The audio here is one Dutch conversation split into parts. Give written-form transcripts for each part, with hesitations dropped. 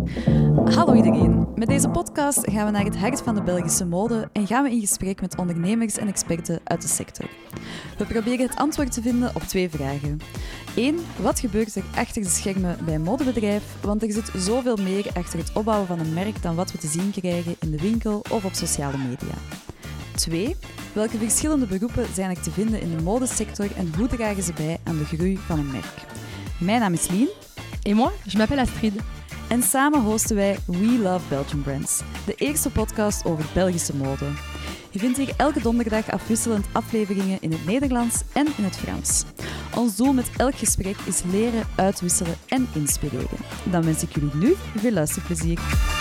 Hallo iedereen. Met deze podcast gaan we naar het hart van de Belgische mode en gaan we in gesprek met ondernemers en experten uit de sector. We proberen het antwoord te vinden op 2 vragen. 1. Wat gebeurt er achter de schermen bij een modebedrijf? Want er zit zoveel meer achter het opbouwen van een merk dan wat we te zien krijgen in de winkel of op sociale media. 2. Welke verschillende beroepen zijn er te vinden in de modesector en hoe dragen ze bij aan de groei van een merk? Mijn naam is Lien. Et moi, je m'appelle Astrid. En samen hosten wij We Love Belgian Brands, de eerste podcast over Belgische mode. Je vindt hier elke donderdag afwisselend afleveringen in het Nederlands en in het Frans. Ons doel met elk gesprek is leren, uitwisselen en inspireren. Dan wens ik jullie nu veel luisterplezier.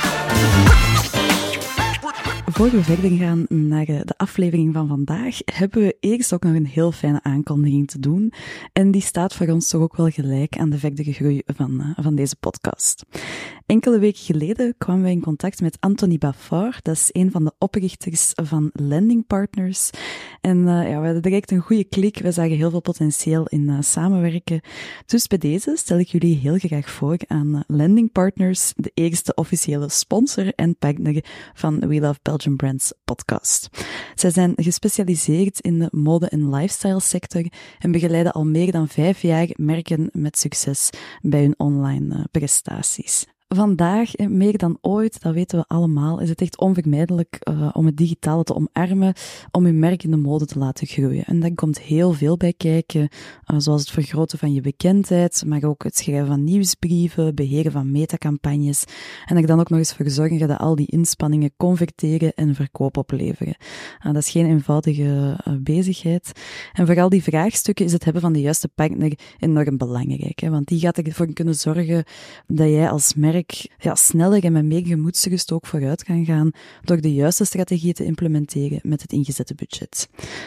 Voor we verder gaan naar de aflevering van vandaag, hebben we eerst ook nog een heel fijne aankondiging te doen. En die staat voor ons toch ook wel gelijk aan de verdere groei van deze podcast. Enkele weken geleden kwamen wij in contact met Anthony Baffort. Dat is een van de oprichters van Lending Partners. En we hadden direct een goede klik. We zagen heel veel potentieel in samenwerken. Dus bij deze stel ik jullie heel graag voor aan Lending Partners, de eerste officiële sponsor en partner van We Love Belgian Brands podcast. Zij zijn gespecialiseerd in de mode- en lifestyle sector en begeleiden al meer dan 5 jaar merken met succes bij hun online prestaties. Vandaag, meer dan ooit, dat weten we allemaal, is het echt onvermijdelijk om het digitale te omarmen, om je merk in de mode te laten groeien. En daar komt heel veel bij kijken, zoals het vergroten van je bekendheid, maar ook het schrijven van nieuwsbrieven, beheren van metacampagnes, en er dan ook nog eens voor zorgen dat al die inspanningen converteren en verkoop opleveren. Dat is geen eenvoudige bezigheid. En voor al die vraagstukken is het hebben van de juiste partner enorm belangrijk, hè, want die gaat ervoor kunnen zorgen dat jij als merk sneller en met meer gemoedsrust ook vooruit kan gaan door de juiste strategieën te implementeren met het ingezette budget.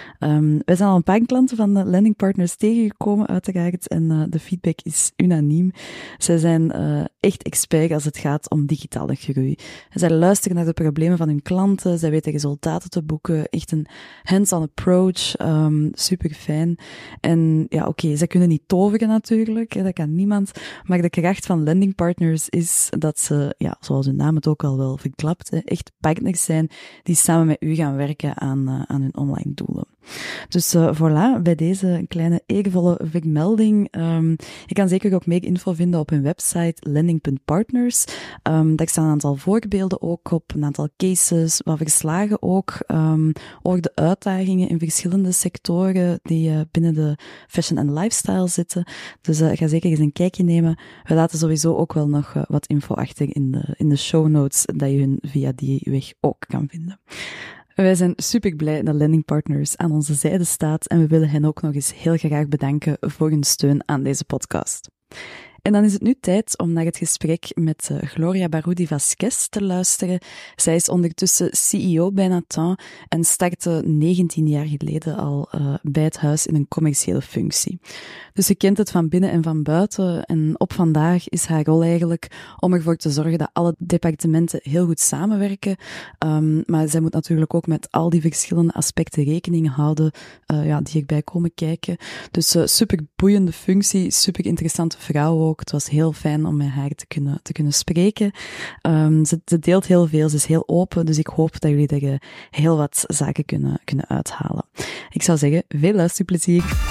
Wij zijn al een paar klanten van de Lending Partners tegengekomen uiteraard en de feedback is unaniem. Zij zijn echt expert als het gaat om digitale groei. Zij luisteren naar de problemen van hun klanten, zij weten resultaten te boeken, echt een hands-on approach, super fijn. En ja, oké, zij kunnen niet toveren natuurlijk, dat kan niemand, maar de kracht van Lending Partners is dat ze, ja, zoals hun naam het ook al wel verklapt, echt partners zijn die samen met u gaan werken aan hun online doelen. Dus voilà, bij deze een kleine eervolle vermelding. Je kan zeker ook meer info vinden op hun website lending.partners. Daar staan een aantal voorbeelden ook op, een aantal cases, wat verslagen ook over de uitdagingen in verschillende sectoren die binnen de fashion en lifestyle zitten. Dus ga zeker eens een kijkje nemen. We laten sowieso ook wel nog wat info achter in de show notes, dat je hun via die weg ook kan vinden. Wij zijn super blij dat Lending Partners aan onze zijde staat en we willen hen ook nog eens heel graag bedanken voor hun steun aan deze podcast. En dan is het nu tijd om naar het gesprek met Gloria Baroudi Vasquez te luisteren. Zij is ondertussen CEO bij Nathan en startte 19 jaar geleden al bij het huis in een commerciële functie. Dus ze kent het van binnen en van buiten en op vandaag is haar rol eigenlijk om ervoor te zorgen dat alle departementen heel goed samenwerken. Maar zij moet natuurlijk ook met al die verschillende aspecten rekening houden die erbij komen kijken. Dus super boeiende functie, super interessante vrouw ook. Het was heel fijn om met haar te kunnen spreken. Ze deelt heel veel, ze is heel open, dus ik hoop dat jullie er heel wat zaken kunnen uithalen. Ik zou zeggen, veel luisterplezier.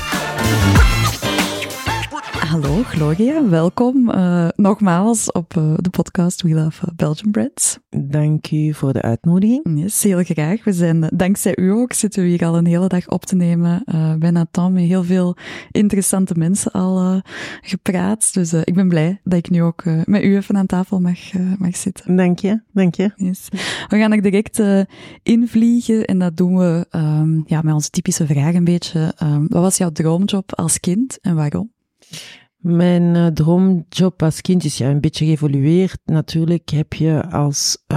Hallo Gloria, welkom nogmaals op de podcast We Love Belgian Brands. Dank u voor de uitnodiging. Yes, heel graag. We zijn, dankzij u ook, zitten we hier al een hele dag op te nemen bij Nathan met heel veel interessante mensen al gepraat. Dus ik ben blij dat ik nu ook met u even aan tafel mag zitten. Dank je. Yes. We gaan er direct invliegen en dat doen we met onze typische vraag een beetje. Wat was jouw droomjob als kind en waarom? Mijn droomjob als kind is een beetje geëvolueerd. Natuurlijk heb je als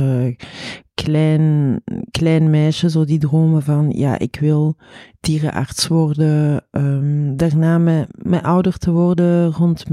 klein meisje zo die dromen van, ik wil dierenarts worden. Daarna met ouder te worden rond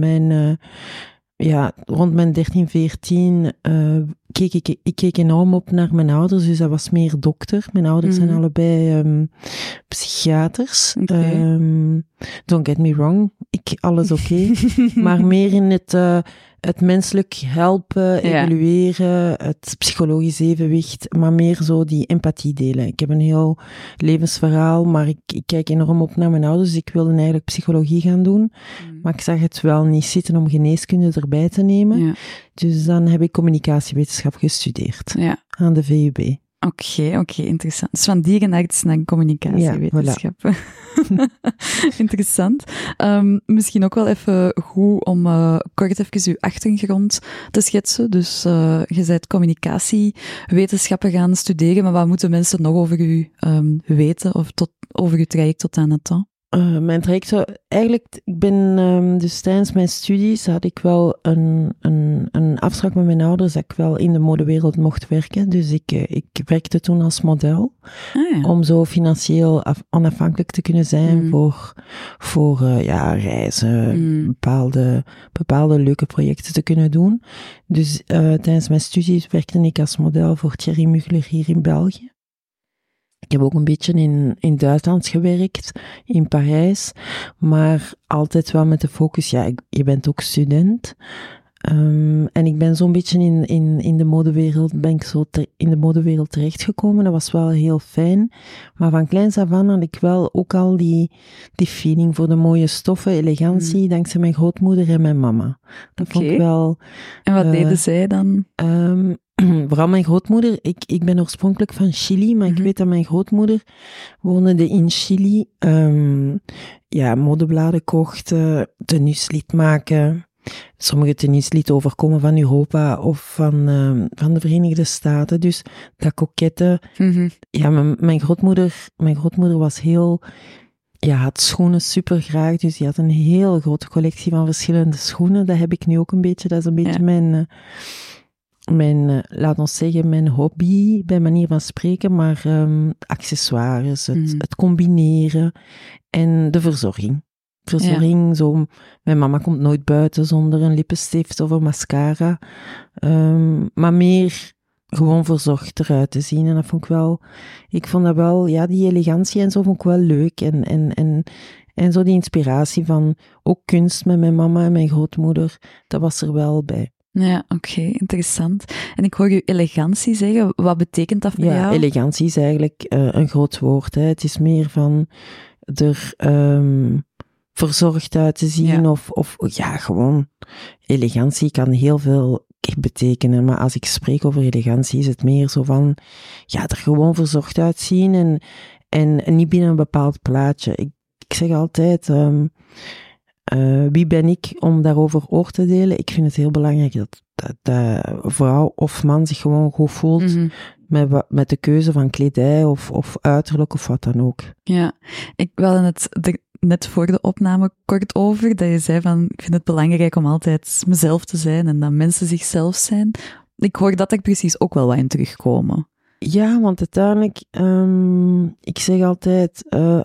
mijn 13, 14 keek enorm op naar mijn ouders, dus dat was meer dokter. Mijn ouders zijn allebei psychiaters. Okay. Don't get me wrong, alles oké. Maar meer in het menselijk helpen, evalueren, het psychologisch evenwicht, maar meer zo die empathie delen. Ik heb een heel levensverhaal, maar ik kijk enorm op naar mijn ouders, dus ik wilde eigenlijk psychologie gaan doen, maar ik zag het wel niet zitten om geneeskunde erbij te nemen. Ja. Dus dan heb ik communicatiewetenschap gestudeerd aan de VUB. Oké, interessant. Dus van dierenarts naar communicatiewetenschap. Ja, voilà. Interessant. Misschien ook wel even goed om kort even uw achtergrond te schetsen. Dus je bent communicatiewetenschappen gaan studeren, maar wat moeten mensen nog over u weten, of over uw traject tot aan Nathan? Mijn traject, eigenlijk, ik ben dus tijdens mijn studies had ik wel een afspraak met mijn ouders dat ik wel in de modewereld mocht werken. Dus ik werkte toen als model, om zo financieel onafhankelijk te kunnen zijn voor reizen, bepaalde leuke projecten te kunnen doen. Dus tijdens mijn studies werkte ik als model voor Thierry Mugler hier in België. Ik heb ook een beetje in Duitsland gewerkt, in Parijs, maar altijd wel met de focus, je bent ook student. En ik ben zo'n beetje in de modewereld, in de modewereld terechtgekomen. Dat was wel heel fijn. Maar van kleins af aan had ik wel ook al die feeling voor de mooie stoffen, elegantie, dankzij mijn grootmoeder en mijn mama. Dat vond ik wel... En wat deden zij dan? Vooral mijn grootmoeder. Ik ben oorspronkelijk van Chili, maar ik weet dat mijn grootmoeder woonde in Chili. Modebladen kocht, tenues liet maken. Sommige tenues liet overkomen van Europa of van de Verenigde Staten. Dus dat koketten. Ja, mijn grootmoeder was heel... had schoenen super graag, dus die had een heel grote collectie van verschillende schoenen. Dat heb ik nu ook een beetje. Dat is een beetje laat ons zeggen, mijn hobby, bij manier van spreken, maar accessoires, het combineren en de verzorging. Zo, mijn mama komt nooit buiten zonder een lippenstift of een mascara, maar meer gewoon verzorgd eruit te zien. En dat ik vond dat wel, die elegantie en zo vond ik wel leuk. En zo die inspiratie van ook kunst met mijn mama en mijn grootmoeder, dat was er wel bij. Ja, oké, interessant. En ik hoor je elegantie zeggen. Wat betekent dat voor jou? Ja, elegantie is eigenlijk een groot woord. Hè. Het is meer van er verzorgd uit te zien of gewoon. Elegantie kan heel veel betekenen, maar als ik spreek over elegantie is het meer zo van, er gewoon verzorgd uitzien en niet binnen een bepaald plaatje. Ik zeg altijd... wie ben ik om daarover oor te delen? Ik vind het heel belangrijk dat vrouw of man zich gewoon goed voelt met de keuze van kledij of uiterlijk of wat dan ook. Ja, ik wilde het net voor de opname kort over, dat je zei van, ik vind het belangrijk om altijd mezelf te zijn en dat mensen zichzelf zijn. Ik hoor dat er precies ook wel wat in terugkomen. Ja, want uiteindelijk, ik zeg altijd...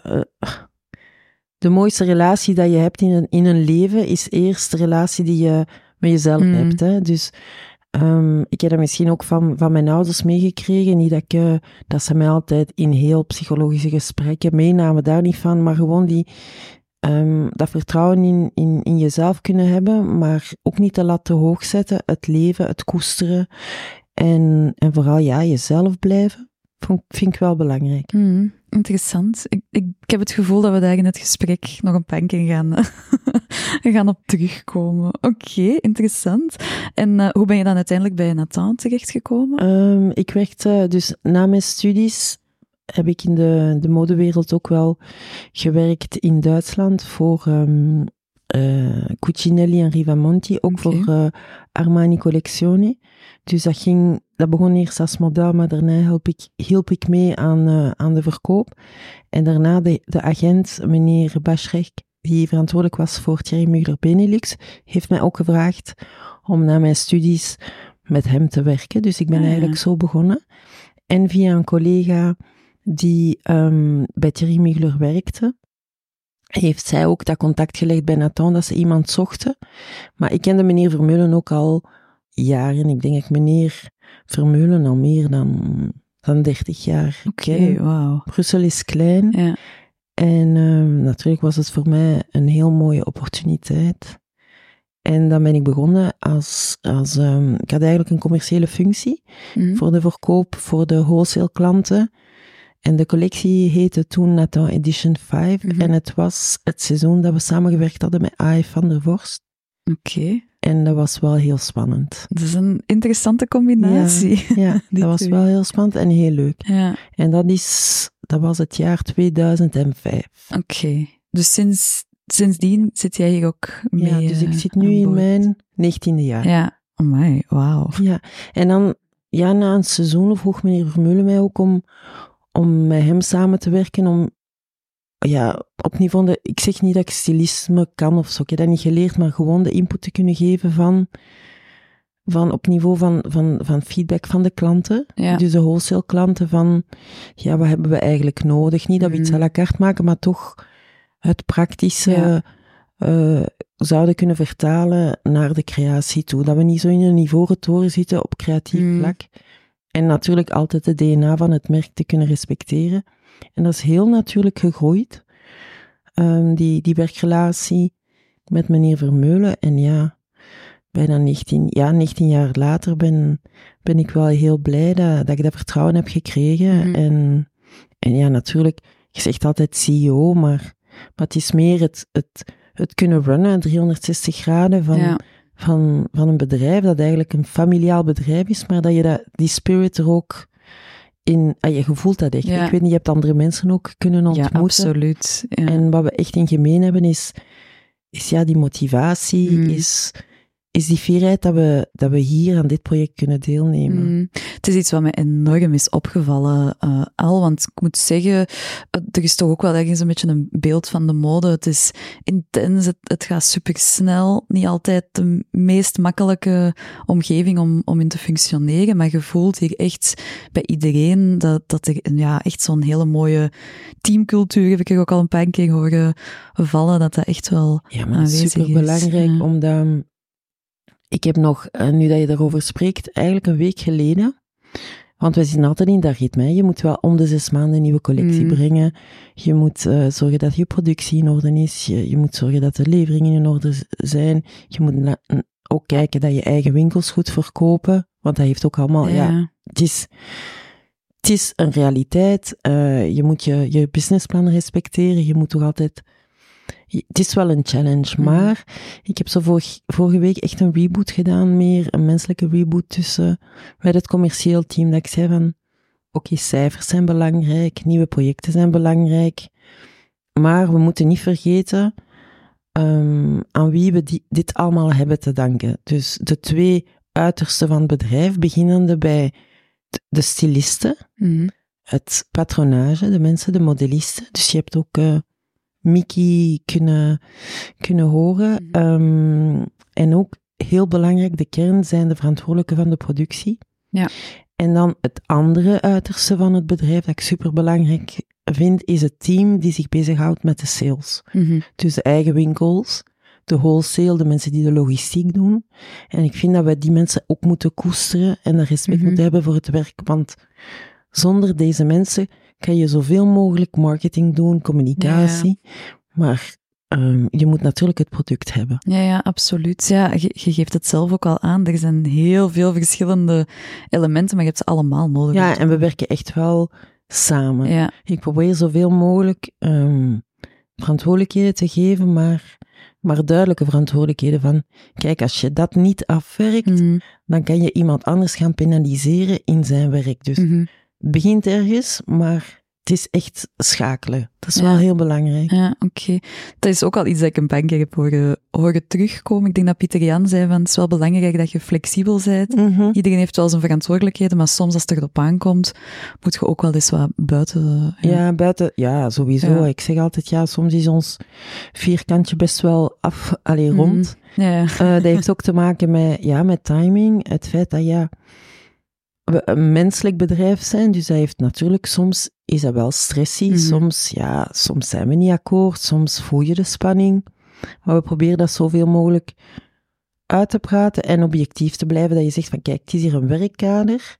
de mooiste relatie dat je hebt in een leven is eerst de relatie die je met jezelf hebt. Hè? Dus ik heb dat misschien ook van mijn ouders meegekregen. Niet dat ze mij altijd in heel psychologische gesprekken meenamen, daar niet van. Maar gewoon dat vertrouwen in jezelf kunnen hebben, maar ook niet de lat te hoog zetten. Het leven, het koesteren en vooral jezelf blijven. Vind ik wel belangrijk. Interessant. Ik heb het gevoel dat we daar in het gesprek nog een paar keer gaan op terugkomen. Oké, interessant. En hoe ben je dan uiteindelijk bij Nathan terechtgekomen? Ik werkte dus na mijn studies, heb ik in de modewereld ook wel gewerkt in Duitsland voor Cucinelli en Rivamonti, ook voor Armani Collezione. Dus dat begon eerst als model, maar daarna hielp ik mee aan de verkoop. En daarna de agent, meneer Baschrek, die verantwoordelijk was voor Thierry Mugler Benelux, heeft mij ook gevraagd om na mijn studies met hem te werken. Dus ik ben eigenlijk zo begonnen. En via een collega die bij Thierry Mugler werkte, heeft zij ook dat contact gelegd bij Nathan, dat ze iemand zochten. Maar ik kende meneer Vermeulen ook al jaren. Ik denk dat ik meneer Vermeulen al meer dan 30 jaar ken. Wauw. Brussel is klein. Ja. En natuurlijk was het voor mij een heel mooie opportuniteit. En dan ben ik begonnen ik had eigenlijk een commerciële functie voor de verkoop voor de wholesale klanten. En de collectie heette toen Nathan Edition 5. En het was het seizoen dat we samengewerkt hadden met A.F. van der Vorst. Oké. En dat was wel heel spannend. Dat is een interessante combinatie. Ja, dat was wel heel spannend en heel leuk. Ja. En dat was het jaar 2005. Oké. Dus sindsdien zit jij hier ook mee. Ja, dus ik zit nu in mijn 19e jaar. Ja, amai, wauw. Ja, en dan, na een seizoen vroeg meneer Vermeulen mij ook om met hem samen te werken, op niveau ik zeg niet dat ik stylisme kan of zo, ik heb dat niet geleerd, maar gewoon de input te kunnen geven van op niveau van feedback van de klanten. Ja. Dus de wholesale klanten van, wat hebben we eigenlijk nodig? Niet dat we iets à la carte maken, maar toch het praktische zouden kunnen vertalen naar de creatie toe. Dat we niet zo in een ivoren toren zitten op creatief vlak. En natuurlijk altijd de DNA van het merk te kunnen respecteren. En dat is heel natuurlijk gegroeid. Die werkrelatie met meneer Vermeulen. En bijna 19 jaar later ben ik wel heel blij dat ik dat vertrouwen heb gekregen. En natuurlijk, je zegt altijd CEO, maar het is meer het kunnen runnen, 360 graden van een bedrijf, dat eigenlijk een familiaal bedrijf is, maar dat je die spirit er ook in, je voelt dat echt. Ja. Ik weet niet, je hebt andere mensen ook kunnen ontmoeten. Ja, absoluut. Ja. En wat we echt in gemeen hebben is die motivatie, is die fierheid dat we hier aan dit project kunnen deelnemen. Het is iets wat mij enorm is opgevallen al, want ik moet zeggen, er is toch ook wel ergens een beetje een beeld van de mode. Het is intens, het gaat supersnel, niet altijd de meest makkelijke omgeving om in te functioneren, maar je voelt hier echt bij iedereen dat er echt zo'n hele mooie teamcultuur, heb ik er ook al een paar keer horen vallen, dat echt wel aanwezig is. Superbelangrijk, omdat ik heb nog, nu dat je daarover spreekt, eigenlijk een week geleden, want we zitten altijd in dat ritme, je moet wel om de 6 maanden een nieuwe collectie brengen, je moet zorgen dat je productie in orde is, je moet zorgen dat de leveringen in orde zijn, je moet ook kijken dat je eigen winkels goed verkopen, want dat heeft ook allemaal, het is een realiteit, je moet je businessplan respecteren, je moet toch altijd... Het is wel een challenge, maar ik heb zo vorige week echt een reboot gedaan, meer een menselijke reboot tussen met het commercieel team, dat ik zei van, oké, cijfers zijn belangrijk, nieuwe projecten zijn belangrijk, maar we moeten niet vergeten aan wie we dit allemaal hebben te danken. Dus de 2 uitersten van het bedrijf, beginnende bij de stylisten, het patronage, de mensen, de modellisten, dus je hebt ook... Mickey kunnen horen. En ook heel belangrijk, de kern zijn de verantwoordelijken van de productie. Ja. En dan het andere uiterste van het bedrijf, dat ik superbelangrijk vind, is het team die zich bezighoudt met de sales. Dus de eigen winkels, de wholesale, de mensen die de logistiek doen. En ik vind dat wij die mensen ook moeten koesteren en dat respect moeten hebben voor het werk, want zonder deze mensen kan je zoveel mogelijk marketing doen, communicatie, maar je moet natuurlijk het product hebben. Ja, absoluut. Ja, je geeft het zelf ook al aan. Er zijn heel veel verschillende elementen, maar je hebt ze allemaal nodig. Ja, en we werken echt wel samen. Ja. Ik probeer zoveel mogelijk verantwoordelijkheden te geven, maar duidelijke verantwoordelijkheden van, kijk, als je dat niet afwerkt, dan kan je iemand anders gaan penaliseren in zijn werk. Dus het begint ergens, maar het is echt schakelen. Dat is wel heel belangrijk. Ja, oké. Dat is ook al iets dat ik een paar keer heb horen terugkomen. Ik denk dat Pieter Jan zei van, het is wel belangrijk dat je flexibel bent. Iedereen heeft wel zijn verantwoordelijkheden, maar soms als het erop aankomt, moet je ook wel eens wat buiten... Ja, sowieso. Ja. Ik zeg altijd, soms is ons vierkantje best wel rond. Dat heeft ook te maken met timing. Het feit dat we een menselijk bedrijf zijn, dus dat heeft natuurlijk, soms is dat wel stressy, soms zijn we niet akkoord, soms voel je de spanning, maar we proberen dat zoveel mogelijk uit te praten en objectief te blijven, dat je zegt van kijk, het is hier een werkkader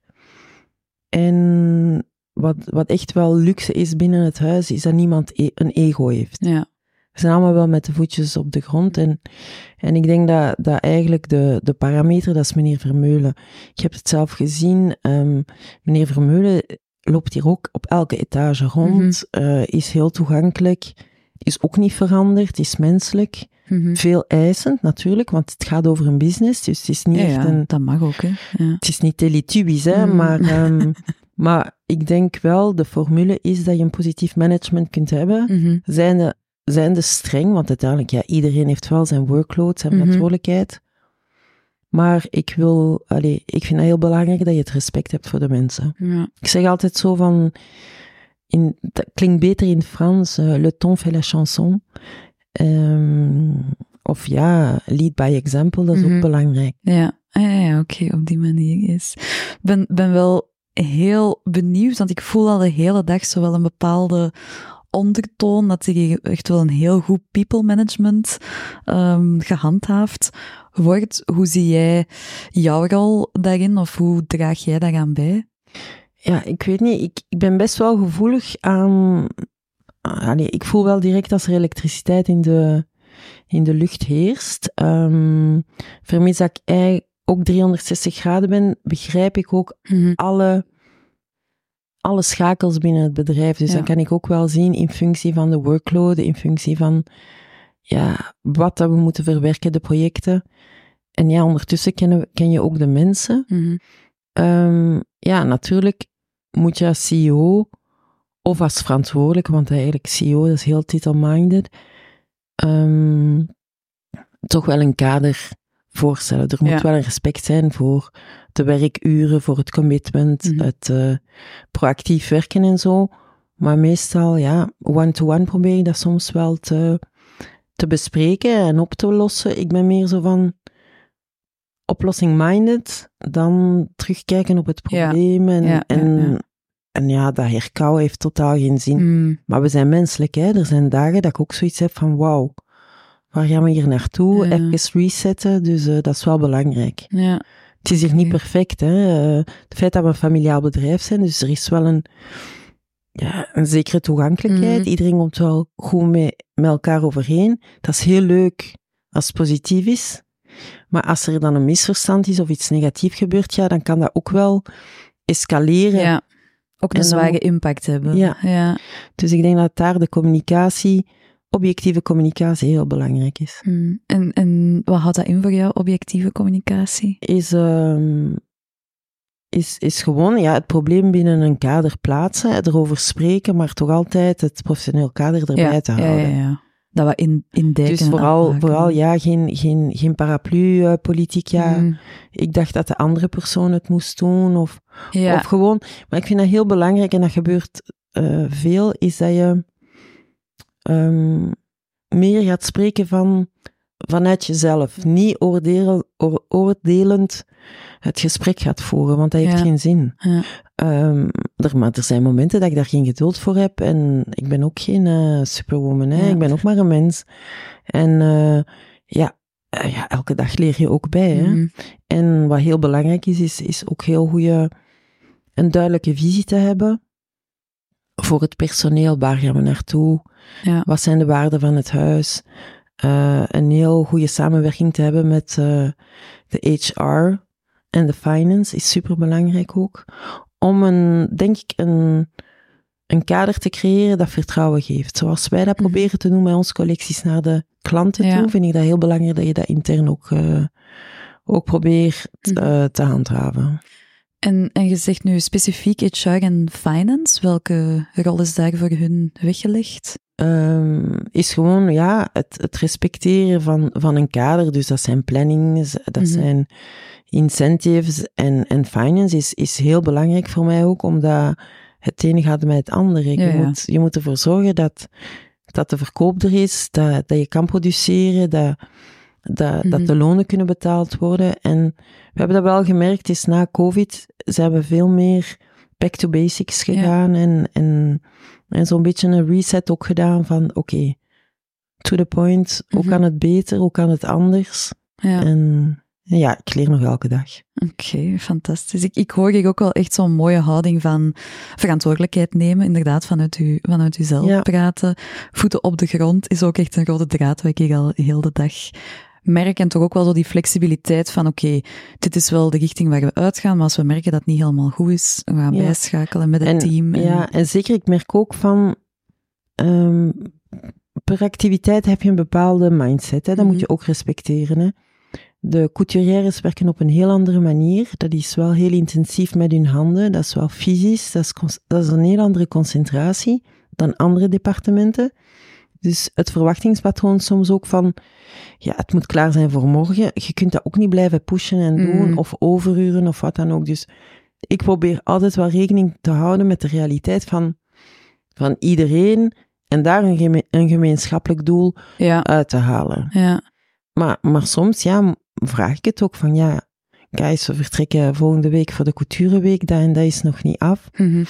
en wat echt wel luxe is binnen het huis, is dat niemand een ego heeft. Ja. we zijn allemaal wel met de voetjes op de grond. En ik denk dat eigenlijk de parameter, dat is meneer Vermeulen. Ik heb het zelf gezien. Meneer Vermeulen loopt hier ook op elke etage rond. Is heel toegankelijk. Is ook niet veranderd. Is menselijk. Veel eisend natuurlijk, want het gaat over een business. Dus het is niet echt een... dat mag ook, hè. Ja. Het is niet Teletubbies, hè, maar ik denk wel, de formule is dat je een positief management kunt hebben. Zijnde streng, want uiteindelijk, iedereen heeft wel zijn workload, zijn verantwoordelijkheid. Maar ik vind het heel belangrijk dat je het respect hebt voor de mensen. Ja. Ik zeg altijd zo van, dat klinkt beter in Frans, le ton fait la chanson. Of lead by example, dat is ook belangrijk. Ja, oké, op die manier is. Ben wel heel benieuwd, want ik voel al de hele dag zo wel een bepaalde ondertoon, dat je echt wel een heel goed people management gehandhaafd wordt. Hoe zie jij jouw rol daarin, of hoe draag jij daaraan bij? Ja, ik weet niet, ik ben best wel gevoelig aan... ik voel wel direct als er elektriciteit in de lucht heerst. Vermits dat ik ook 360 graden ben, begrijp ik ook alle schakels binnen het bedrijf. Dus dan kan ik ook wel zien in functie van de workload, in functie van wat dat we moeten verwerken, de projecten. En ondertussen ken je ook de mensen. Natuurlijk moet je als CEO of als verantwoordelijke, want eigenlijk CEO, dat is heel title-minded, toch wel een kader voorstellen. Er moet wel een respect zijn voor de werkuren, voor het commitment, het proactief werken en zo. Maar meestal, one-to-one probeer ik dat soms wel te bespreken en op te lossen. Ik ben meer zo van oplossing-minded dan terugkijken op het probleem. En dat herkauwen heeft totaal geen zin. Maar we zijn menselijk, hè. Er zijn dagen dat ik ook zoiets heb van, wauw, waar gaan we hier naartoe? Even resetten, dus dat is wel belangrijk. Ja. Het is hier niet perfect, hè. Het feit dat we een familiaal bedrijf zijn, dus er is wel een zekere toegankelijkheid. Iedereen komt wel goed met elkaar overeen. Dat is heel leuk als het positief is. Maar als er dan een misverstand is of iets negatiefs gebeurt, dan kan dat ook wel escaleren. Ja. Ook een zware impact hebben. Ja. Dus ik denk dat daar de communicatie, objectieve communicatie, heel belangrijk is. En wat houdt dat in voor jou, objectieve communicatie? Is gewoon het probleem binnen een kader plaatsen, erover spreken, maar toch altijd het professioneel kader erbij te houden. Ja. Dat we indijken. Dus vooral geen paraplu-politiek. Ik dacht dat de andere persoon het moest doen, of gewoon. Maar ik vind dat heel belangrijk, en dat gebeurt veel, is dat je meer gaat spreken vanuit jezelf. Niet oordelend het gesprek gaat voeren, want dat heeft geen zin. Ja. Maar er zijn momenten dat ik daar geen geduld voor heb, en ik ben ook geen superwoman, hè. Ik ben ook maar een mens. En elke dag leer je ook bij, hè. En wat heel belangrijk is ook heel goede, een duidelijke visie te hebben voor het personeel. Waar gaan we naartoe? Ja. Wat zijn de waarden van het huis? Een heel goede samenwerking te hebben met de HR en de finance is superbelangrijk ook. Om een kader te creëren dat vertrouwen geeft. Zoals wij dat proberen te doen met onze collecties naar de klanten toe, vind ik dat heel belangrijk dat je dat intern ook probeert te handhaven. En je zegt nu specifiek HR en finance. Welke rol is daar voor hun weggelegd? Is gewoon het respecteren van een kader. Dus dat zijn plannings, dat zijn incentives, en finance is heel belangrijk voor mij ook, omdat het ene gaat met het andere. Je moet ervoor zorgen dat de verkoop er is, dat je kan produceren, dat de lonen kunnen betaald worden. En we hebben dat wel gemerkt, is na COVID zijn we veel meer back to basics gegaan en zo'n beetje een reset ook gedaan van oké, to the point, hoe kan het beter, hoe kan het anders? Ja. En ik leer nog elke dag. Oké, fantastisch. Ik hoor hier ook wel echt zo'n mooie houding van verantwoordelijkheid nemen, inderdaad, vanuit uzelf praten. Voeten op de grond is ook echt een rode draad, wat ik hier al heel de dag merk. En toch ook wel zo die flexibiliteit van, oké, dit is wel de richting waar we uitgaan, maar als we merken dat het niet helemaal goed is, we gaan bijschakelen met het team. En zeker, ik merk ook van, per activiteit heb je een bepaalde mindset, hè? Dat moet je ook respecteren, hè? De couturières werken op een heel andere manier. Dat is wel heel intensief met hun handen. Dat is wel fysisch. Dat is een heel andere concentratie dan andere departementen. Dus het verwachtingspatroon soms ook van, ja, het moet klaar zijn voor morgen. Je kunt dat ook niet blijven pushen en doen, of overuren, of wat dan ook. Dus ik probeer altijd wel rekening te houden met de realiteit van iedereen en daar een gemeenschappelijk doel uit te halen. Ja. Maar soms, vraag ik het ook van, guys, we vertrekken volgende week voor de coutureweek, dat en dat is nog niet af. Mm-hmm.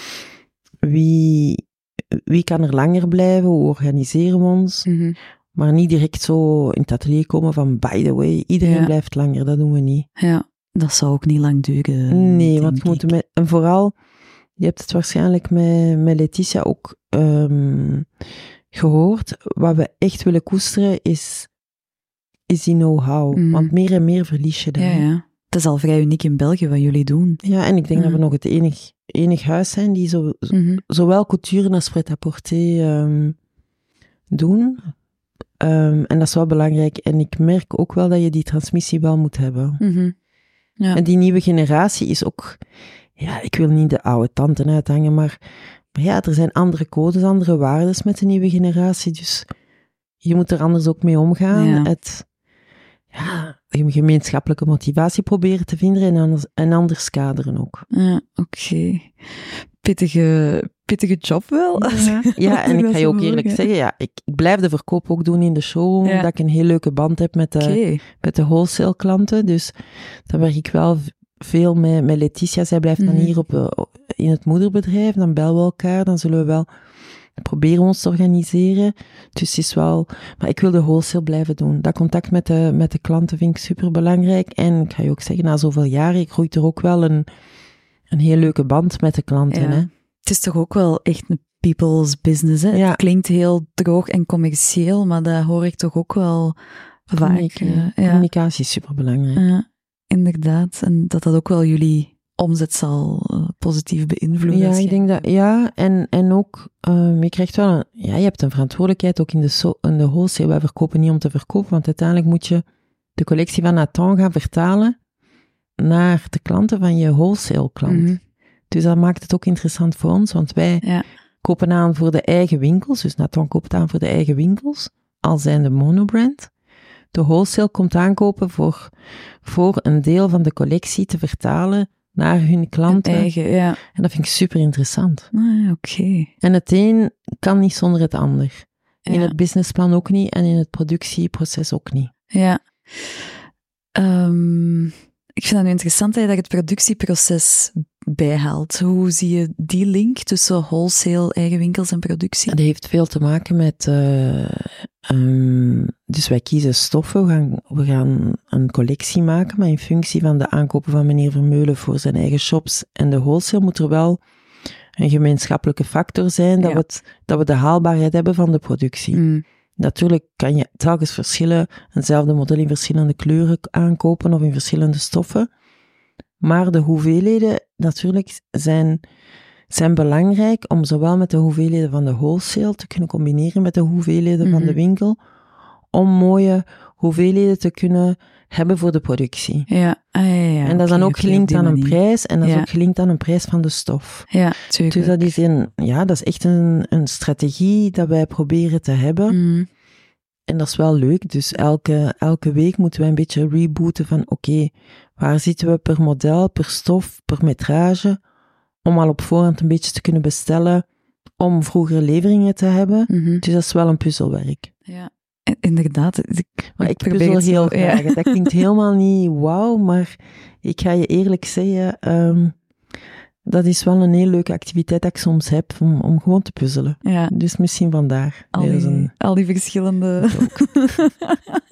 Wie kan er langer blijven? Hoe organiseren we ons? Mm-hmm. Maar niet direct zo in het atelier komen van, by the way, iedereen blijft langer, dat doen we niet. Ja, dat zou ook niet lang duren. Nee, want je moet en vooral, je hebt het waarschijnlijk met Letitia ook gehoord, wat we echt willen koesteren is die know-how. Want meer en meer verlies je dat. Ja. Het is al vrij uniek in België wat jullie doen. Ja, en ik denk dat we nog het enig huis zijn die zowel couture als pret-à-porter doen. En dat is wel belangrijk. En ik merk ook wel dat je die transmissie wel moet hebben. Mm-hmm. Ja. En die nieuwe generatie is ook... Ja, ik wil niet de oude tante uithangen, maar er zijn andere codes, andere waarden met de nieuwe generatie. Dus je moet er anders ook mee omgaan. Een gemeenschappelijke motivatie proberen te vinden en anders kaderen ook. Ja, oké. Pittige job wel. Ja, en ik ga je ook eerlijk zeggen, ik blijf de verkoop ook doen in de showroom, dat ik een heel leuke band heb met de wholesale klanten. Dus dan werk ik wel veel met Letitia. Zij blijft dan hier in het moederbedrijf, dan bellen we elkaar, dan zullen we wel proberen ons te organiseren. Dus het is wel... Maar ik wil de wholesale blijven doen. Dat contact met de klanten vind ik superbelangrijk. En ik ga je ook zeggen, na zoveel jaren groeit er ook wel een heel leuke band met de klanten. Hè? Het is toch ook wel echt een people's business, hè? Ja. Het klinkt heel droog en commercieel, maar dat hoor ik toch ook wel vaak. Communicatie is superbelangrijk. Ja, inderdaad. En dat ook wel jullie omzet zal positief beïnvloeden. Ja, ik denk dat, en ook, je krijgt wel je hebt een verantwoordelijkheid ook in de wholesale. Wij verkopen niet om te verkopen, want uiteindelijk moet je de collectie van Nathan gaan vertalen naar de klanten van je wholesale klant. Mm-hmm. Dus dat maakt het ook interessant voor ons, want wij kopen aan voor de eigen winkels, dus Nathan koopt aan voor de eigen winkels, al zijn de monobrand. De wholesale komt aankopen voor een deel van de collectie te vertalen naar hun klanten. En dat vind ik super interessant. Oké. En het een kan niet zonder het ander. In het businessplan ook niet en in het productieproces ook niet. Ja. Ik vind het nu interessant dat je het productieproces bijhaalt. Hoe zie je die link tussen wholesale, eigen winkels en productie? Dat heeft veel te maken met... dus wij kiezen stoffen. We gaan een collectie maken, maar in functie van de aankopen van meneer Vermeulen voor zijn eigen shops en de wholesale moet er wel een gemeenschappelijke factor zijn dat we de haalbaarheid hebben van de productie. Mm. Natuurlijk kan je telkens eenzelfde model in verschillende kleuren aankopen of in verschillende stoffen. Maar de hoeveelheden natuurlijk zijn belangrijk om zowel met de hoeveelheden van de wholesale te kunnen combineren met de hoeveelheden van de winkel, om mooie hoeveelheden te kunnen hebben voor de productie. En dat is dan ook gelinkt aan een prijs, en dat is ook gelinkt aan een prijs van de stof. Ja, tuurlijk. Dus dat is echt een strategie dat wij proberen te hebben. Mm. En dat is wel leuk. Dus elke week moeten wij een beetje rebooten van oké, waar zitten we per model, per stof, per metrage, om al op voorhand een beetje te kunnen bestellen, om vroegere leveringen te hebben. Mm-hmm. Dus dat is wel een puzzelwerk. Ja, inderdaad. Ik puzzel heel graag. Dat klinkt helemaal niet wauw, maar ik ga je eerlijk zeggen, dat is wel een heel leuke activiteit dat ik soms heb, om gewoon te puzzelen. Ja. Dus misschien vandaar. Al die verschillende...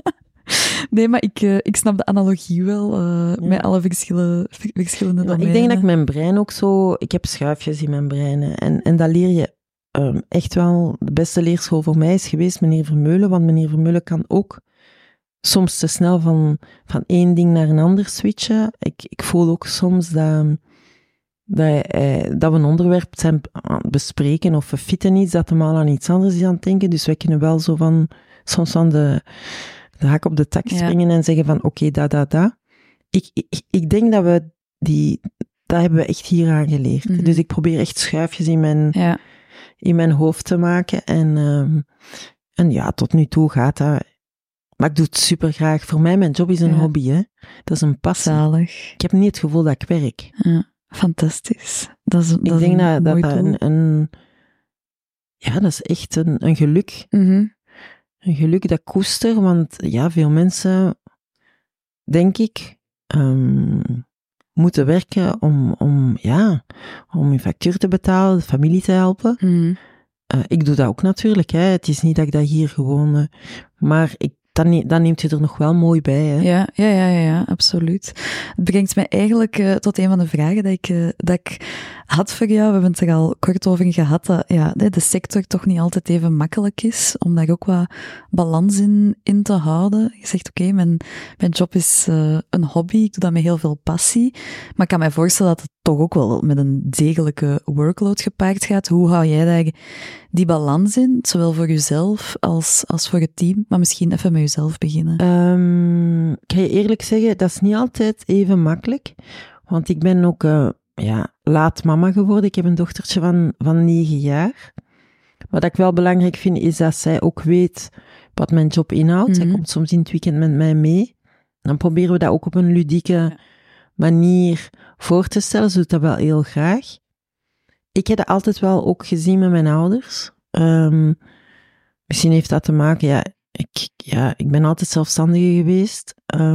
Nee, maar ik snap de analogie wel met alle verschillende domeinen. Ik denk dat ik mijn brein ook zo... Ik heb schuifjes in mijn brein. En dat leer je echt wel... De beste leerschool voor mij is geweest meneer Vermeulen, want meneer Vermeulen kan ook soms te snel van één ding naar een ander switchen. Ik voel ook soms dat we een onderwerp zijn aan het bespreken of we fitten iets, dat hem al aan iets anders is aan het denken. Dus wij kunnen wel zo soms van de hak op de tak springen en zeggen van oké, dat. Ik denk dat dat hebben we echt hier aan geleerd. Mm-hmm. Dus ik probeer echt schuifjes in mijn hoofd te maken. En ja, tot nu toe gaat dat. Maar ik doe het super graag. Voor mij, mijn job is een hobby, hè. Dat is een passie. Zalig. Ik heb niet het gevoel dat ik werk. Ja, fantastisch. Ik denk dat dat is echt een geluk. Mm-hmm. Een geluk dat ik koester, want ja, veel mensen, denk ik, moeten werken om hun factuur te betalen, de familie te helpen. Mm-hmm. Ik doe dat ook natuurlijk, hè. Het is niet dat ik dat hier gewoon... maar dat neemt je er nog wel mooi bij, hè. Ja, absoluut. Het brengt mij eigenlijk tot een van de vragen dat ik had voor jou. We hebben het er al kort over gehad, dat de sector toch niet altijd even makkelijk is, om daar ook wat balans in te houden. Je zegt, oké, mijn job is een hobby, ik doe dat met heel veel passie, maar ik kan mij voorstellen dat het toch ook wel met een degelijke workload gepaard gaat. Hoe hou jij daar die balans in, zowel voor jezelf als voor het team, maar misschien even met jezelf beginnen? Ik ga je eerlijk zeggen, dat is niet altijd even makkelijk, want ik ben ook laat mama geworden. Ik heb een dochtertje van 9 jaar. Wat ik wel belangrijk vind, is dat zij ook weet wat mijn job inhoudt. Mm-hmm. Zij komt soms in het weekend met mij mee. Dan proberen we dat ook op een ludieke manier voor te stellen. Ze doet dat wel heel graag. Ik heb dat altijd wel ook gezien met mijn ouders. Misschien heeft dat te maken, ik ben altijd zelfstandige geweest.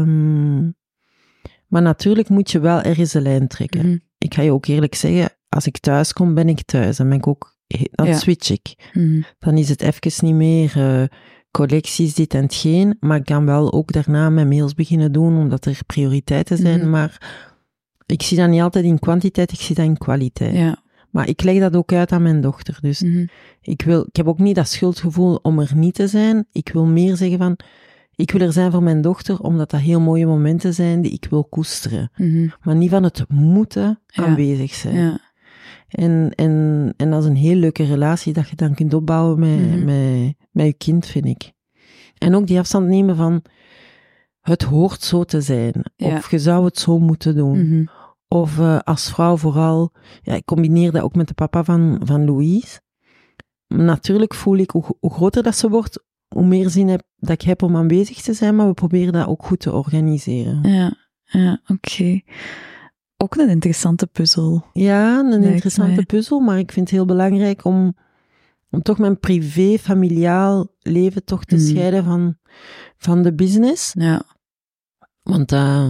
Maar natuurlijk moet je wel ergens een lijn trekken. Mm-hmm. Ik ga je ook eerlijk zeggen, als ik thuis kom, ben ik thuis. Dan switch ik. Mm-hmm. Dan is het even niet meer collecties, dit en hetgeen. Maar ik kan wel ook daarna mijn mails beginnen doen, omdat er prioriteiten zijn. Mm-hmm. Maar ik zie dat niet altijd in kwantiteit, ik zie dat in kwaliteit. Ja. Maar ik leg dat ook uit aan mijn dochter. Dus ik heb ook niet dat schuldgevoel om er niet te zijn. Ik wil meer zeggen van... Ik wil er zijn voor mijn dochter, omdat dat heel mooie momenten zijn die ik wil koesteren. Mm-hmm. Maar niet van het moeten aanwezig zijn. Ja. En dat is een heel leuke relatie dat je dan kunt opbouwen met je kind, vind ik. En ook die afstand nemen van... Het hoort zo te zijn. Ja. Of je zou het zo moeten doen. Mm-hmm. Of als vrouw vooral... Ja, ik combineer dat ook met de papa van Louise. Natuurlijk voel ik, hoe groter dat ze wordt... hoe meer zin dat ik heb om aanwezig te zijn, maar we proberen dat ook goed te organiseren. Ja, oké. Ook een interessante puzzel. Ja, een interessante puzzel, maar ik vind het heel belangrijk om toch mijn privé, familiaal leven toch te scheiden van de business. Ja. Want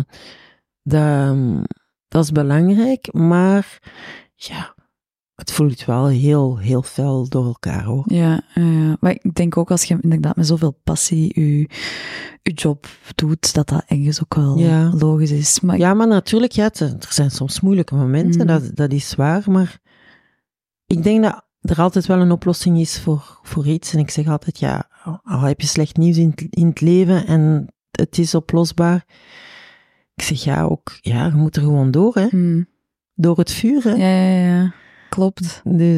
dat is belangrijk, maar ja... Het voelt wel heel, heel fel door elkaar, hoor. Ja. Maar ik denk ook als je inderdaad met zoveel passie je job doet, dat ergens ook wel logisch is. Maar maar natuurlijk, er zijn soms moeilijke momenten, dat is waar, maar ik denk dat er altijd wel een oplossing is voor iets. En ik zeg altijd, al heb je slecht nieuws in het leven en het is oplosbaar. Ik zeg, je moet er gewoon door, hè. Door het vuur, hè. Ja. Klopt. Dus,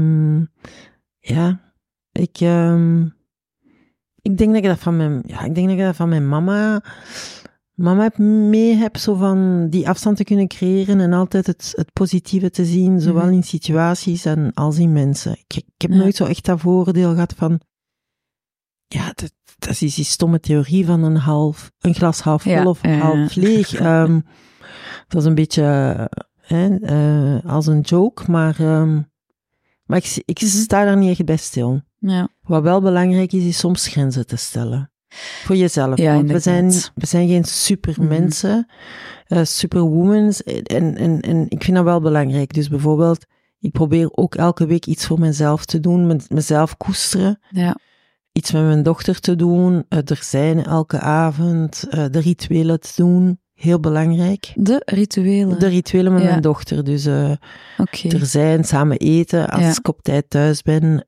ik denk dat ik dat van mijn mama heb, zo van die afstand te kunnen creëren en altijd het positieve te zien, zowel in situaties als in mensen. Ik heb nooit zo echt dat vooroordeel gehad van, dat is die stomme theorie van een glas half vol of half leeg. Dat is een beetje... als een joke, maar ik sta daar niet echt bij stil. Ja. Wat wel belangrijk is soms grenzen te stellen. Voor jezelf. Ja, want we zijn geen supermensen, superwomans. En ik vind dat wel belangrijk. Dus bijvoorbeeld, ik probeer ook elke week iets voor mezelf te doen, mezelf koesteren. Ja. iets met mijn dochter te doen, er zijn elke avond, de rituelen te doen, heel belangrijk. De rituelen met mijn dochter, dus er zijn, samen eten, als ik op tijd thuis ben,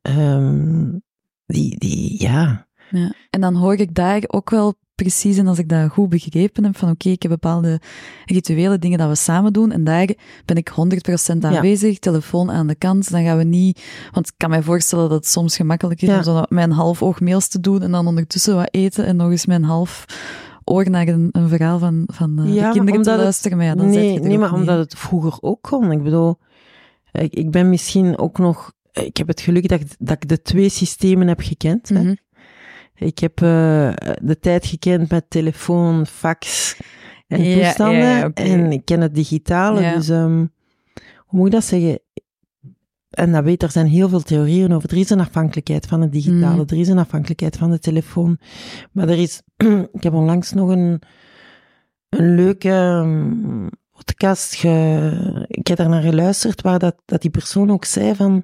Ja. En dan hoor ik daar ook wel precies, en als ik dat goed begrepen heb, van oké, ik heb bepaalde rituele dingen dat we samen doen, en daar ben ik 100% aanwezig, telefoon aan de kant, dan gaan we niet, want ik kan mij voorstellen dat het soms gemakkelijk is om zo met een half oog mails te doen, en dan ondertussen wat eten, en nog eens met een half oor naar een verhaal van de kinderen te luisteren. Maar dan maar omdat het vroeger ook kon. Ik bedoel, ik ben misschien ook nog, ik heb het geluk dat ik de 2 systemen heb gekend. Mm-hmm. Ik heb de tijd gekend met telefoon, fax en toestanden. Okay. En ik ken het digitale. Ja. Dus, hoe moet ik dat zeggen? En dat weet, er zijn heel veel theorieën over. Er is een afhankelijkheid van het digitale. Er is een afhankelijkheid van de telefoon. Maar er is... ik heb onlangs nog een leuke podcast... ik heb daar naar geluisterd, waar dat die persoon ook zei van...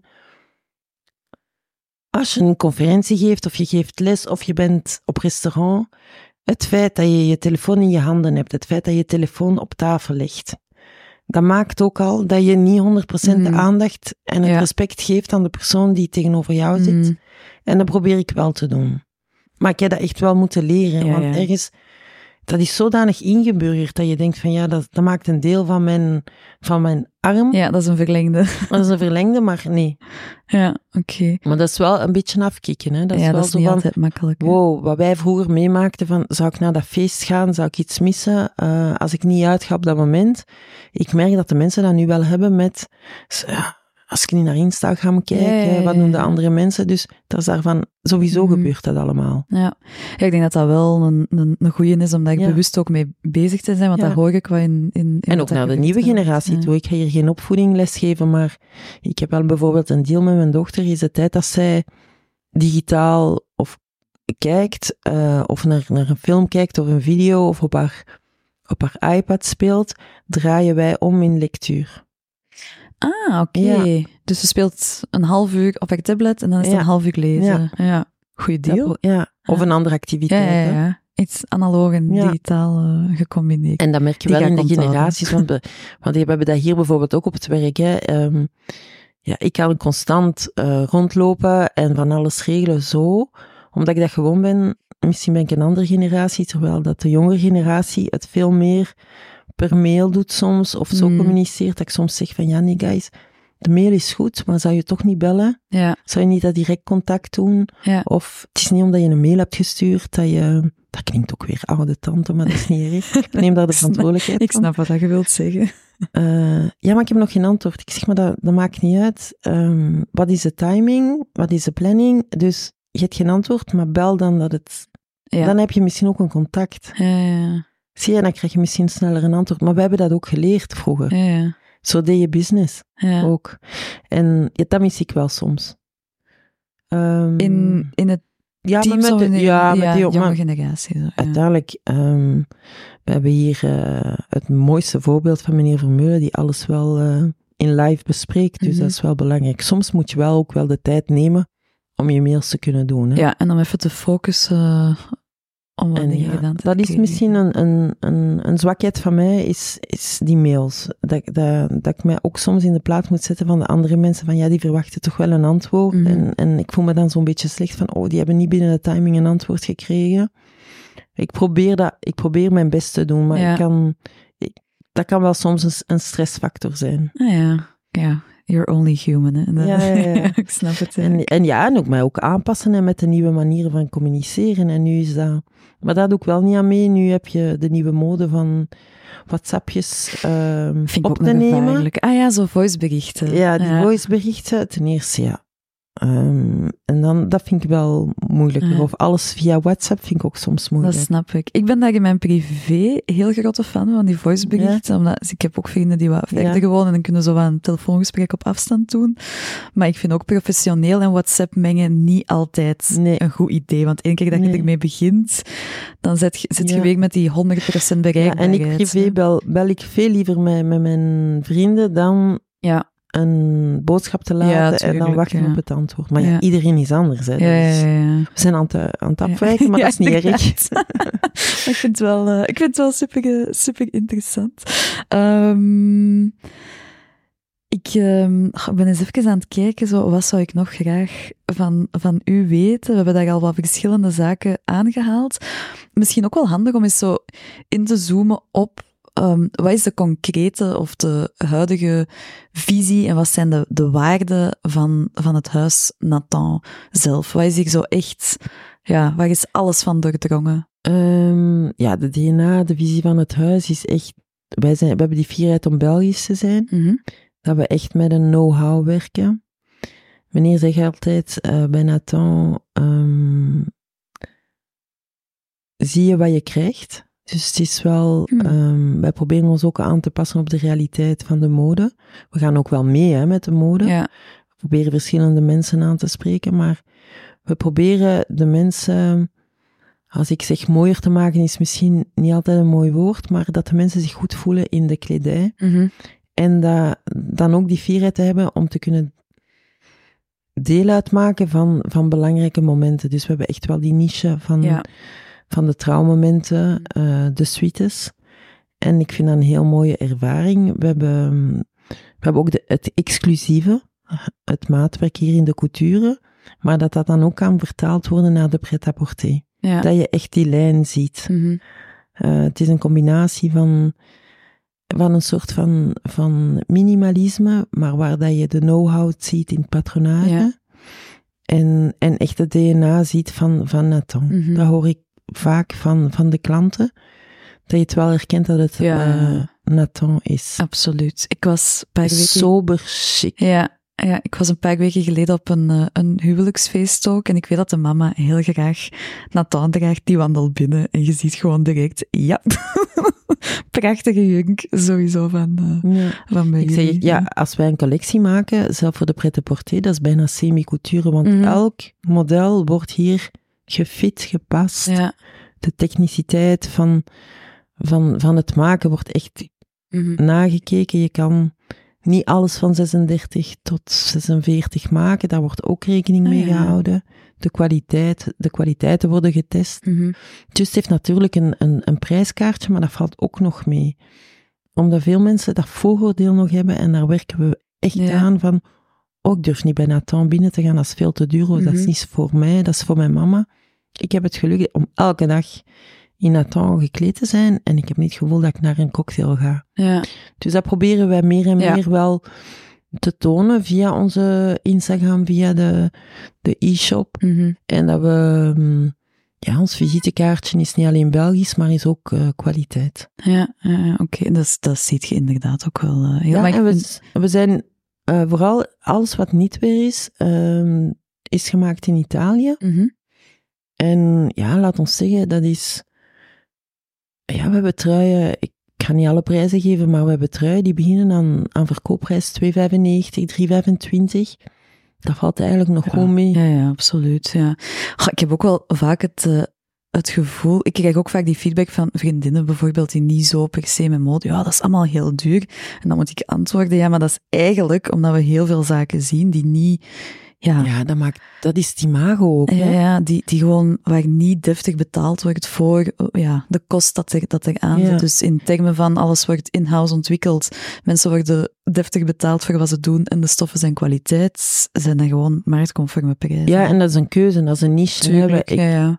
Als je een conferentie geeft, of je geeft les, of je bent op restaurant... Het feit dat je je telefoon in je handen hebt, het feit dat je telefoon op tafel legt... Dat maakt ook al dat je niet 100% de aandacht en het respect geeft aan de persoon die tegenover jou zit. En dat probeer ik wel te doen. Maar ik heb dat echt wel moeten leren. Want ergens, dat is zodanig ingeburgerd dat je denkt van dat maakt een deel van mijn arm. Ja, dat is een verlengde. Dat is een verlengde, maar nee. Ja, oké. Maar dat is wel een beetje afkicken. Hè? Dat is wel dat is zo niet van, altijd makkelijk. Hè? Wow, wat wij vroeger meemaakten van, zou ik naar dat feest gaan? Zou ik iets missen? Als ik niet uitga op dat moment. Ik merk dat de mensen dat nu wel hebben met... als ik niet naar Instagram kijk, wat doen de andere mensen? Dus dat is daarvan, sowieso gebeurt dat allemaal. Ja, ik denk dat dat wel een goeie is, om daar bewust ook mee bezig te zijn, want dat hoor ik wel in en ook naar de nieuwe generatie toe. Ik ga hier geen opvoeding lesgeven, maar ik heb wel bijvoorbeeld een deal met mijn dochter, is de tijd dat zij digitaal of kijkt, of naar een film kijkt, of een video, of op haar iPad speelt, draaien wij om in lectuur. Ah, oké. Ja. Dus ze speelt een half uur op haar tablet en dan is het een half uur lezen. Ja. Goeie deal. Of een andere activiteit. Ja. Iets analoog en digitaal gecombineerd. En dat merk je wel in de generaties. Want we hebben dat hier bijvoorbeeld ook op het werk. Hè. Ik kan constant rondlopen en van alles regelen zo. Omdat ik dat gewoon ben. Misschien ben ik een andere generatie, terwijl dat de jongere generatie het veel meer... per mail doet soms, of zo communiceert, dat ik soms zeg van, nee guys, de mail is goed, maar zou je toch niet bellen? Ja. Zou je niet dat direct contact doen? Ja. Of het is niet omdat je een mail hebt gestuurd, dat klinkt ook weer oude tante, maar dat is niet erg. Ik neem daar de verantwoordelijkheid van. Ik snap wat je wilt zeggen. Maar ik heb nog geen antwoord. Ik zeg, maar dat maakt niet uit. Wat is de timing? Wat is de planning? Dus je hebt geen antwoord, maar bel dan dat het... Ja. Dan heb je misschien ook een contact. Ja. Zie je, dan krijg je misschien sneller een antwoord. Maar we hebben dat ook geleerd vroeger. Ja. Zo deed je business ook. En dat mis ik wel soms. In het team met de jonge generatie. Zo, uiteindelijk, we hebben hier het mooiste voorbeeld van meneer Vermeulen, die alles wel in live bespreekt. Dus dat is wel belangrijk. Soms moet je wel ook wel de tijd nemen om je mails te kunnen doen. Hè? Ja, en om even te focussen... dat is misschien een zwakheid van mij, is die mails. Dat ik mij ook soms in de plaats moet zetten van de andere mensen, van die verwachten toch wel een antwoord. En ik voel me dan zo'n beetje slecht van, die hebben niet binnen de timing een antwoord gekregen. Ik probeer mijn best te doen, maar dat kan wel soms een stressfactor zijn. Ja. You're only human, hè? Ja. Ik snap het. En ook mij ook aanpassen met de nieuwe manieren van communiceren. En nu is dat... Maar daar doe ik wel niet aan mee. Nu heb je de nieuwe mode van WhatsAppjes op te nemen. Gevaarlijk. Zo voiceberichten. Ja, die voiceberichten. Ten eerste, en dan, dat vind ik wel moeilijker. Of alles via WhatsApp vind ik ook soms moeilijk. Dat snap ik. Ik ben daar in mijn privé heel grote fan van die voiceberichten. Ja. Omdat ik heb ook vrienden die wat verder gewoon en dan kunnen zo wat een telefoongesprek op afstand doen. Maar ik vind ook professioneel en WhatsApp mengen niet altijd een goed idee. Want één keer dat je ermee begint, dan zit je weer met die 100% bereikbaarheid. En ik privé bel ik veel liever met mijn vrienden dan... een boodschap te laten en dan tuurlijk, wachten op het antwoord. Maar iedereen is anders. Hè, Ja. We zijn aan het afwijken, maar dat is niet erg. Ik vind het wel super interessant. Ik ben eens even aan het kijken, wat zou ik nog graag van u weten? We hebben daar al wat verschillende zaken aangehaald. Misschien ook wel handig om eens zo in te zoomen op wat is de concrete of de huidige visie en wat zijn de waarden van het huis Nathan zelf? Wat is hier zo echt, waar is alles van doordrongen? De DNA, de visie van het huis is echt, we hebben die fierheid om Belgisch te zijn. Mm-hmm. Dat we echt met een know-how werken. Meneer zegt altijd bij Nathan, zie je wat je krijgt. Dus het is wel, wij proberen ons ook aan te passen op de realiteit van de mode. We gaan ook wel mee met de mode. Ja. We proberen verschillende mensen aan te spreken, maar we proberen de mensen, als ik zeg mooier te maken, is misschien niet altijd een mooi woord, maar dat de mensen zich goed voelen in de kledij. Mm-hmm. En dan ook die fierheid te hebben om te kunnen deel uitmaken van belangrijke momenten. Dus we hebben echt wel die niche van de trouwmomenten, de suites. En ik vind dat een heel mooie ervaring. We hebben ook het exclusieve, het maatwerk hier in de couture, maar dat dan ook kan vertaald worden naar de pret-à-porter. Ja. Dat je echt die lijn ziet. Mm-hmm. Het is een combinatie van een soort van minimalisme, maar waar dat je de know-how ziet in het patronage. Ja. En echt het DNA ziet van Nathan. Mm-hmm. Dat hoor ik vaak van de klanten. Dat je het wel herkent dat het Nathan is. Absoluut. Ik was een paar weken... Sober chic. Ja, ik was een paar weken geleden op een huwelijksfeest ook en ik weet dat de mama heel graag Nathan draagt, die wandelt binnen en je ziet gewoon direct, prachtige jurk sowieso van bij ik jullie. zeg, als wij een collectie maken, zelf voor de pret-à-porter, dat is bijna semi-couture, want elk model wordt hier gefit, gepast. Ja. De techniciteit van het maken wordt echt nagekeken. Je kan niet alles van 36 tot 46 maken, daar wordt ook rekening mee gehouden. De kwaliteiten worden getest. Dus het heeft natuurlijk een prijskaartje, maar dat valt ook nog mee. Omdat veel mensen dat vooroordeel nog hebben en daar werken we echt aan van, ik durf niet bij Nathan binnen te gaan, dat is veel te duur, dat is niet voor mij, dat is voor mijn mama. Ik heb het geluk om elke dag in Nathan gekleed te zijn en ik heb niet het gevoel dat ik naar een cocktail ga. Ja. Dus dat proberen wij meer en meer wel te tonen via onze Instagram, via de e-shop. En dat we... ons visitekaartje is niet alleen Belgisch, maar is ook kwaliteit. Oké. Dat ziet je inderdaad ook wel. We zijn vooral alles wat niet weer is gemaakt in Italië. En laat ons zeggen, dat is... we hebben truien, ik ga niet alle prijzen geven, maar we hebben truien die beginnen aan verkoopprijs 2,95, 3,25. Dat valt eigenlijk nog gewoon mee. Ja, absoluut. Ja. Ik heb ook wel vaak het gevoel... Ik krijg ook vaak die feedback van vriendinnen bijvoorbeeld, die niet zo per se met mode... dat is allemaal heel duur. En dan moet ik antwoorden, maar dat is eigenlijk omdat we heel veel zaken zien die niet... dat is het imago ook. Die gewoon, waar niet deftig betaald wordt voor de kost dat er aan zit. Dus in termen van alles wordt in-house ontwikkeld. Mensen worden deftig betaald voor wat ze doen en de stoffen zijn kwaliteit. Zijn dan gewoon marktconforme prijzen. Ja, en dat is een keuze, dat is een niche. Tuurlijk,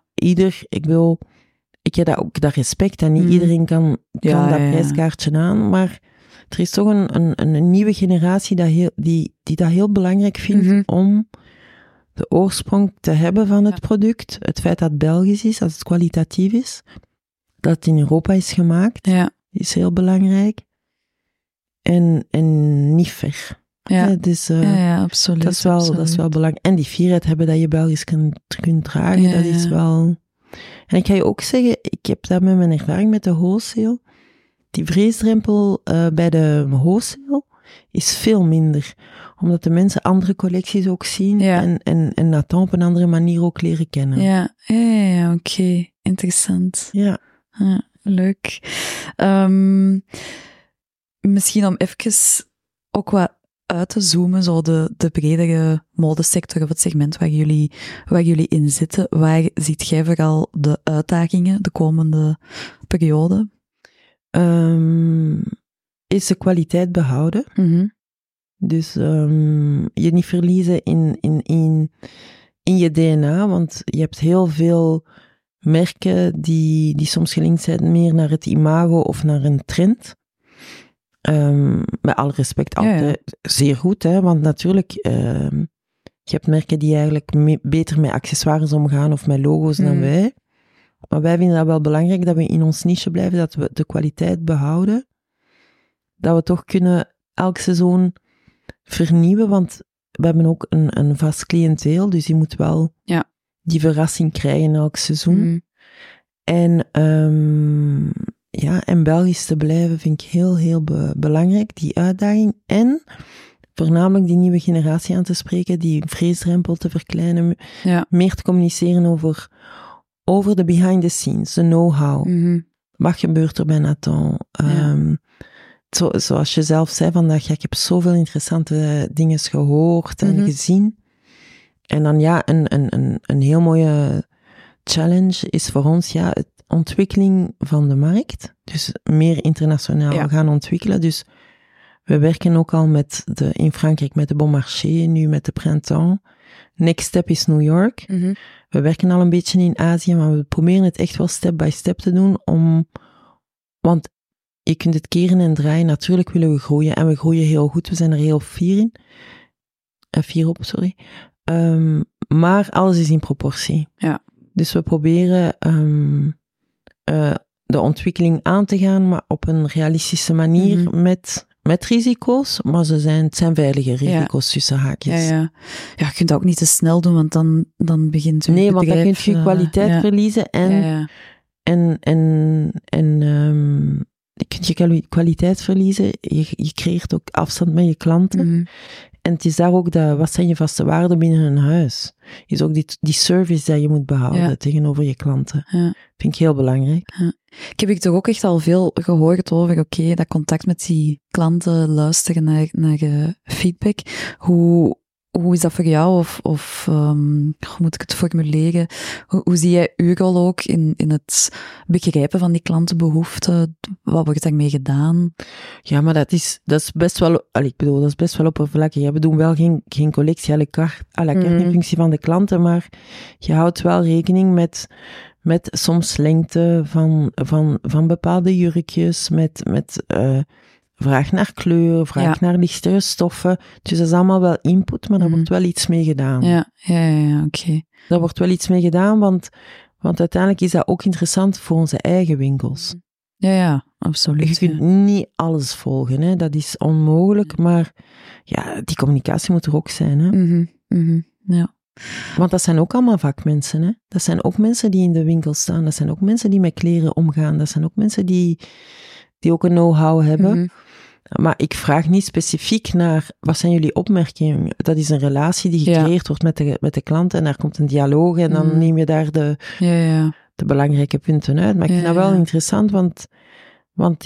ik heb dat respect en niet iedereen kan dat prijskaartje aan, maar... Er is toch een nieuwe generatie die dat heel belangrijk vindt om de oorsprong te hebben van het product. Het feit dat het Belgisch is, dat het kwalitatief is. Dat het in Europa is gemaakt, is heel belangrijk. En niet ver. Dus, absoluut. Dat is wel belangrijk. En die fierheid hebben dat je Belgisch kunt dragen, dat is wel... En ik ga je ook zeggen, ik heb dat met mijn ervaring met de wholesale... Die vreesdrempel bij de wholesale is veel minder. Omdat de mensen andere collecties ook zien en Nathan op een andere manier ook leren kennen. Ja, oké. Interessant. Ja. Leuk. Misschien om even ook wat uit te zoomen, zo de bredere modesector of het segment waar jullie in zitten, waar ziet jij vooral de uitdagingen de komende periode? Is de kwaliteit behouden. Mm-hmm. Dus je niet verliezen in je DNA, want je hebt heel veel merken die soms gelinkt zijn meer naar het imago of naar een trend. Met alle respect altijd zeer goed, hè, want natuurlijk, je hebt merken die eigenlijk beter met accessoires omgaan of met logo's dan wij. Maar wij vinden dat wel belangrijk dat we in ons niche blijven, dat we de kwaliteit behouden. Dat we toch kunnen elk seizoen vernieuwen, want we hebben ook een vast cliënteel, dus je moet wel die verrassing krijgen elk seizoen. En Belgisch te blijven vind ik heel, heel belangrijk, die uitdaging. En voornamelijk die nieuwe generatie aan te spreken, die vreesdrempel te verkleinen, meer te communiceren over de behind the scenes, de know-how. Wat gebeurt er bij Nathan? Zoals je zelf zei vandaag, ik heb zoveel interessante dingen gehoord en gezien. En dan een heel mooie challenge is voor ons het ontwikkeling van de markt. Dus meer internationaal gaan ontwikkelen. Dus we werken ook al in Frankrijk met de Bon Marché, nu met de Printemps. Next step is New York. We werken al een beetje in Azië, maar we proberen het echt wel step by step te doen want je kunt het keren en draaien. Natuurlijk willen we groeien en we groeien heel goed. We zijn er heel fier op. Maar alles is in proportie. Ja. Dus we proberen de ontwikkeling aan te gaan, maar op een realistische manier met risico's. Maar het zijn veilige risico's tussen haakjes. Ja, je kunt dat ook niet te snel doen, want dan begint je bedrijf... Nee, want dan kun je kwaliteit verliezen je kunt je kwaliteit verliezen. Je creëert ook afstand met je klanten. En het is daar ook wat zijn je vaste waarden binnen een huis? Is ook die service dat je moet behouden tegenover je klanten. Vind ik heel belangrijk. Ik heb toch ook echt al veel gehoord over, dat contact met die klanten, luisteren naar feedback. Hoe is dat voor jou? Of hoe moet ik het formuleren? Hoe zie jij uw rol ook in het begrijpen van die klantenbehoeften? Wat wordt daarmee gedaan? Ja, maar dat is best wel... dat is best wel oppervlakkig. Ja, we doen wel geen collectie à la carte in functie van de klanten, maar je houdt wel rekening met soms lengte van bepaalde jurkjes, met vraag naar kleur, vraag naar lichtere stoffen. Dus dat is allemaal wel input, maar daar wordt wel iets mee gedaan. Ja, oké. Daar wordt wel iets mee gedaan, want uiteindelijk is dat ook interessant voor onze eigen winkels. Ja, absoluut. Je kunt niet alles volgen, hè. Dat is onmogelijk, maar die communicatie moet er ook zijn, hè. Ja. Want dat zijn ook allemaal vakmensen, hè. Dat zijn ook mensen die in de winkel staan, dat zijn ook mensen die met kleren omgaan, dat zijn ook mensen die ook een know-how hebben. Maar ik vraag niet specifiek naar, wat zijn jullie opmerkingen? Dat is een relatie die gecreëerd wordt met de klant en daar komt een dialoog en dan neem je daar de belangrijke punten uit. Maar ik vind dat wel interessant, want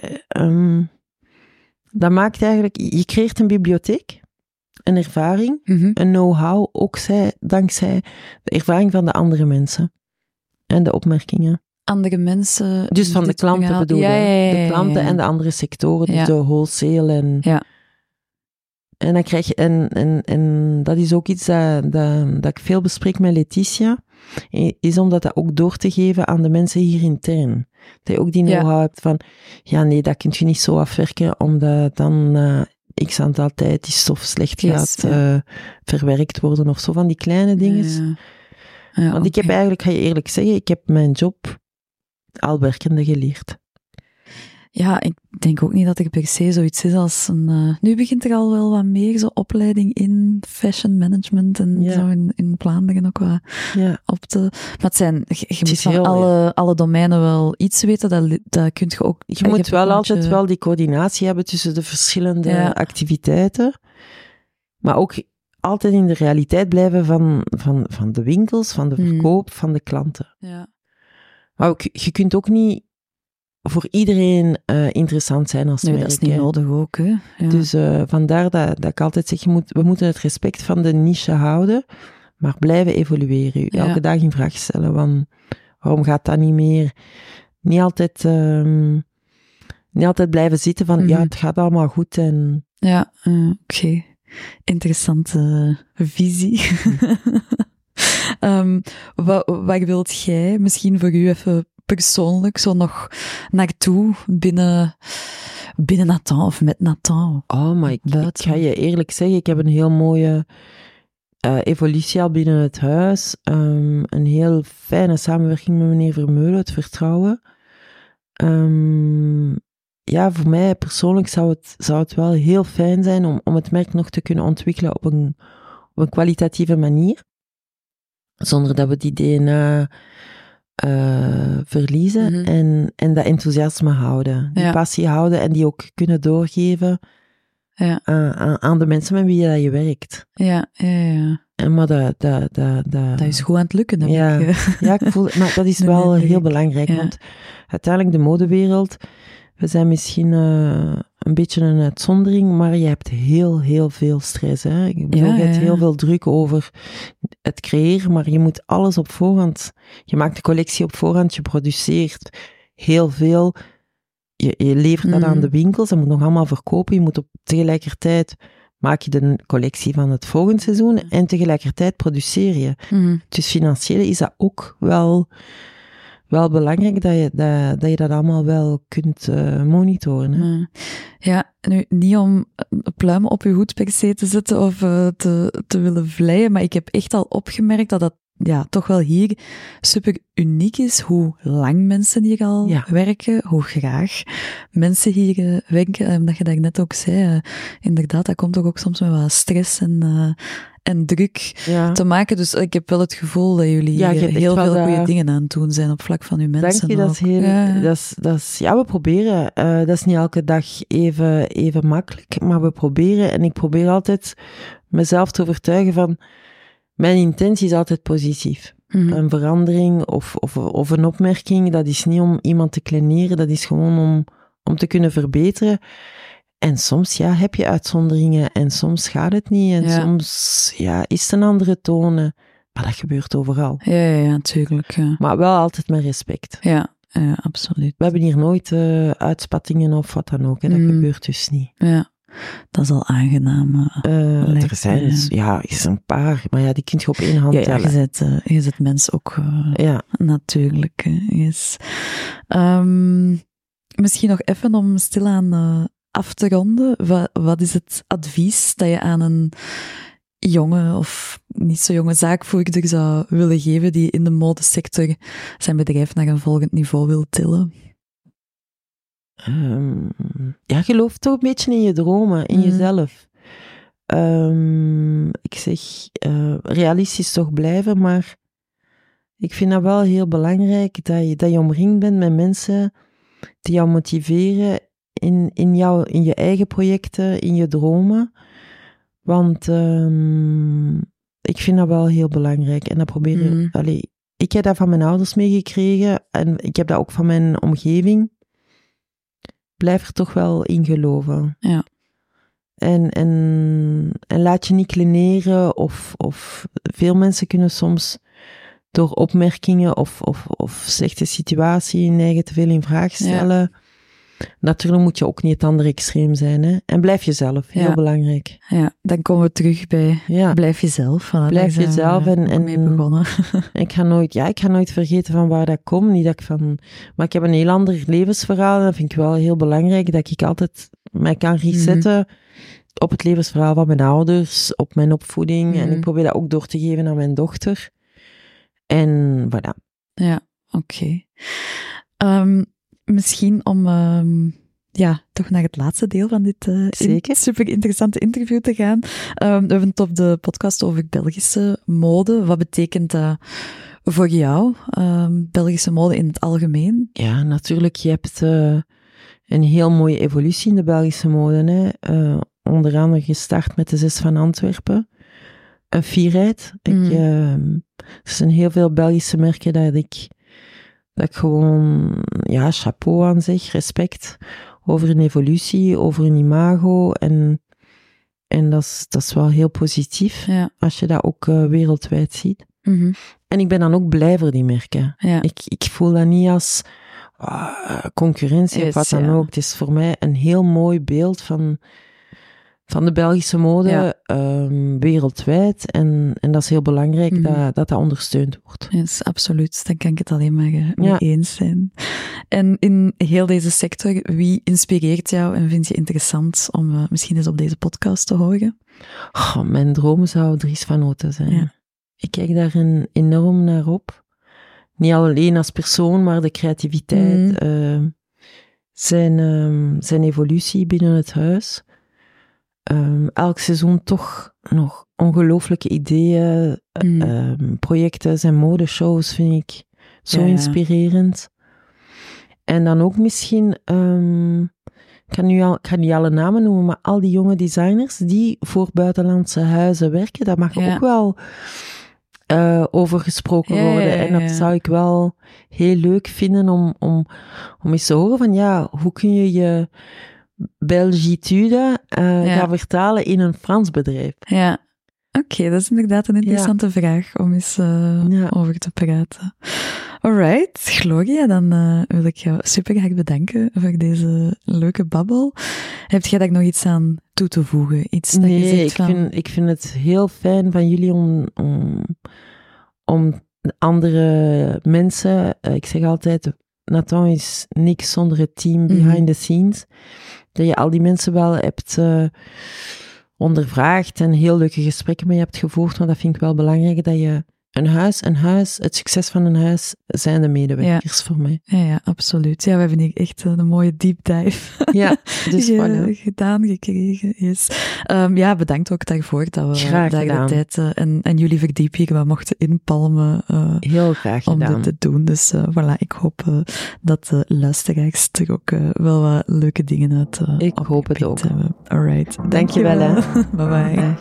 dat maakt eigenlijk, je creëert een bibliotheek, een ervaring, een know-how, ook dankzij de ervaring van de andere mensen en de opmerkingen. Andere mensen... Dus van de klanten bedoel je? De klanten en de andere sectoren, dus de wholesale en... Ja. En dan krijg je... En dat is ook iets dat ik veel bespreek met Letitia, is om dat ook door te geven aan de mensen hier intern. Dat je ook die know-how hebt van, dat kun je niet zo afwerken, omdat dan x aantal tijd die stof slecht gaat verwerkt worden of zo, van die kleine dingen. Want ik heb eigenlijk, ga je eerlijk zeggen, ik heb mijn job al werkende geleerd. Ja, ik denk ook niet dat er per se zoiets is als een... nu begint er al wel wat meer zo opleiding in fashion management en zo in Vlaanderen ook wat op te... Maar het zijn... Je moet van alle domeinen wel iets weten, dat kun je ook... Je moet wel altijd wel die coördinatie hebben tussen de verschillende activiteiten, maar ook altijd in de realiteit blijven van de winkels, van de verkoop, van de klanten. Ja. Maar ook, je kunt ook niet voor iedereen interessant zijn als merk. Dat is niet nodig ook, hè. Ja. Dus vandaar dat ik altijd zeg, we moeten het respect van de niche houden, maar blijven evolueren. Elke dag in vraag stellen, van, waarom gaat dat niet meer? Niet altijd blijven zitten van, het gaat allemaal goed. En... Ja, oké. Interessante visie. Waar wilt jij misschien voor u even persoonlijk zo nog naartoe binnen Nathan of met Nathan? Oh, maar ik ga je eerlijk zeggen, ik heb een heel mooie evolutie al binnen het huis. Een heel fijne samenwerking met meneer Vermeulen, het vertrouwen. Voor mij persoonlijk zou het wel heel fijn zijn om het merk nog te kunnen ontwikkelen op een kwalitatieve manier. Zonder dat we die DNA verliezen en dat enthousiasme houden. Die passie houden en die ook kunnen doorgeven aan de mensen met wie je werkt. Ja. En maar dat is goed aan het lukken, denk ik. Ja, ik voel, maar dat is wel heel belangrijk, want uiteindelijk de modewereld, we zijn misschien een beetje een uitzondering, maar je hebt heel, heel veel stress. Hè? Ik bedoel, je hebt heel veel druk over het creëren, maar je moet alles op voorhand. Je maakt de collectie op voorhand, je produceert heel veel. Je levert dat aan de winkels, dat moet nog allemaal verkopen. Je moet tegelijkertijd maak je de collectie van het volgende seizoen en tegelijkertijd produceer je. Dus financieel is dat ook wel belangrijk dat je dat allemaal wel kunt monitoren. Hè? Ja, nu niet om pluimen op je hoed per se te zetten of te willen vleien, maar ik heb echt al opgemerkt dat dat toch wel hier super uniek is, hoe lang mensen hier al werken, hoe graag mensen hier werken. Omdat je dat net ook zei, inderdaad, dat komt ook soms met wat stress en druk te maken. Dus ik heb wel het gevoel dat jullie heel veel goede dingen aan het doen zijn op vlak van uw mensen. Dank je, dat is we proberen. Dat is niet elke dag even makkelijk, maar we proberen. En ik probeer altijd mezelf te overtuigen van, mijn intentie is altijd positief. Een verandering of een opmerking, dat is niet om iemand te kleineren, dat is gewoon om te kunnen verbeteren. En soms, heb je uitzonderingen en soms gaat het niet en soms, is het een andere toon. Maar dat gebeurt overal. Ja, natuurlijk. Ja. Maar wel altijd met respect. Ja, absoluut. We hebben hier nooit uitspattingen of wat dan ook. Hè. Dat gebeurt dus niet. Ja. Dat is al aangenaam. Er zijn is een paar, maar die kun je op één hand tellen. Je zet mensen ook natuurlijk. Yes. Misschien nog even om stilaan af te ronden. Wat is het advies dat je aan een jonge of niet zo jonge zaakvoerder zou willen geven die in de modesector zijn bedrijf naar een volgend niveau wil tillen? Geloof toch een beetje in je dromen, in jezelf. Ik zeg, realistisch toch blijven, maar ik vind dat wel heel belangrijk dat je omringd bent met mensen die jou motiveren in je eigen projecten, in je dromen. Want ik vind dat wel heel belangrijk. En dat probeer ik heb dat van mijn ouders meegekregen en ik heb dat ook van mijn omgeving. Blijf er toch wel in geloven. Ja. En laat je niet kleineren of veel mensen kunnen soms door opmerkingen of slechte situatie eigen te veel in vraag stellen. Ja. Natuurlijk moet je ook niet het andere extreem zijn. Hè? En blijf jezelf, heel belangrijk. Ja, dan komen we terug bij blijf jezelf. Blijf jezelf en mee begonnen. Ik ga nooit vergeten van waar dat komt. Niet dat ik maar ik heb een heel ander levensverhaal en dat vind ik wel heel belangrijk, dat ik altijd mij kan resetten op het levensverhaal van mijn ouders, op mijn opvoeding. En ik probeer dat ook door te geven aan mijn dochter. En voilà. Ja, oké. Misschien om toch naar het laatste deel van dit super interessante interview te gaan. We hebben het op de podcast over Belgische mode. Wat betekent dat voor jou, Belgische mode in het algemeen? Ja, natuurlijk. Je hebt een heel mooie evolutie in de Belgische mode. Hè. Onder andere gestart met de 6 van Antwerpen. Een fierheid. Er zijn heel veel Belgische merken dat dat ik gewoon, chapeau aan zeg, respect over een evolutie, over een imago. En dat is wel heel positief, als je dat ook wereldwijd ziet. Mm-hmm. En ik ben dan ook blij voor die merken. Ja. Ik voel dat niet als concurrentie of wat dan ook. Het is voor mij een heel mooi beeld van de Belgische mode wereldwijd. En dat is heel belangrijk dat ondersteund wordt. Yes, absoluut. Dan kan ik het alleen maar mee eens zijn. En in heel deze sector, wie inspireert jou en vind je interessant om misschien eens op deze podcast te horen? Mijn droom zou Dries van Noten zijn. Ja. Ik kijk daar enorm naar op. Niet alleen als persoon, maar de creativiteit, zijn evolutie binnen het huis. Elk seizoen toch nog ongelooflijke ideeën, projecten, zijn modeshows vind ik zo inspirerend. En dan ook misschien, ik kan niet alle namen noemen, maar al die jonge designers die voor buitenlandse huizen werken, daar mag ook wel over gesproken worden. En dat zou ik wel heel leuk vinden om eens te horen van, hoe kun je Belgitude gaan vertalen in een Frans bedrijf. Ja, oké, dat is inderdaad een interessante vraag om eens over te praten. Alright, Gloria, dan wil ik jou super graag bedanken voor deze leuke babbel. Heb jij daar nog iets aan toe te voegen? Iets dat je zegt ik vind het heel fijn van jullie om andere mensen, ik zeg altijd, Nathan is niks zonder het team behind the scenes, dat je al die mensen wel hebt ondervraagd en heel leuke gesprekken mee hebt gevoerd, want dat vind ik wel belangrijk, dat je het succes van een huis zijn de medewerkers voor mij. Ja, absoluut. Ja, we hebben hier echt een mooie deep dive gedaan, gekregen. Yes. Bedankt ook daarvoor dat we graag daar gedaan. De tijd en jullie verdieping wat mochten inpalmen. Heel graag om gedaan. dit te doen. Dus voilà, ik hoop dat de luisteraars er ook wel wat leuke dingen uit ik hoop het ook. Hebben. Alright. Dankjewel. Bye bye.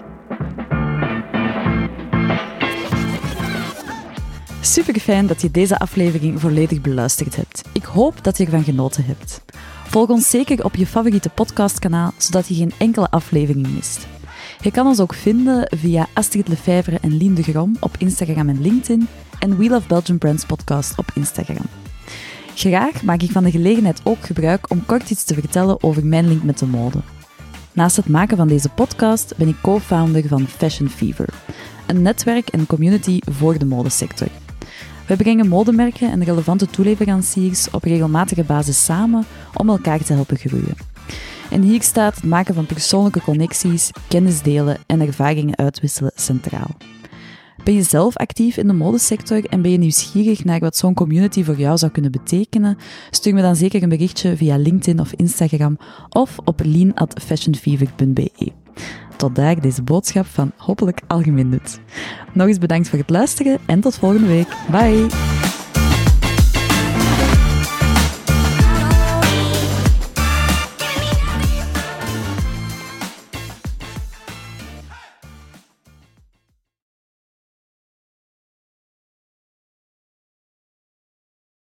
Super fijn dat je deze aflevering volledig beluisterd hebt. Ik hoop dat je ervan genoten hebt. Volg ons zeker op je favoriete podcastkanaal, zodat je geen enkele aflevering mist. Je kan ons ook vinden via Astrid Lefevre en Lien de Grom op Instagram en LinkedIn en We Love Belgian Brands podcast op Instagram. Graag maak ik van de gelegenheid ook gebruik om kort iets te vertellen over mijn link met de mode. Naast het maken van deze podcast ben ik co-founder van Fashion Fever, een netwerk en community voor de modesector. We brengen modemerken en relevante toeleveranciers op regelmatige basis samen om elkaar te helpen groeien. En hier staat het maken van persoonlijke connecties, kennis delen en ervaringen uitwisselen centraal. Ben je zelf actief in de modesector en ben je nieuwsgierig naar wat zo'n community voor jou zou kunnen betekenen? Stuur me dan zeker een berichtje via LinkedIn of Instagram of op lien@fashionfever.be. Tot daar deze boodschap van hopelijk algemeen nut. Nog eens bedankt voor het luisteren en tot volgende week. Bye!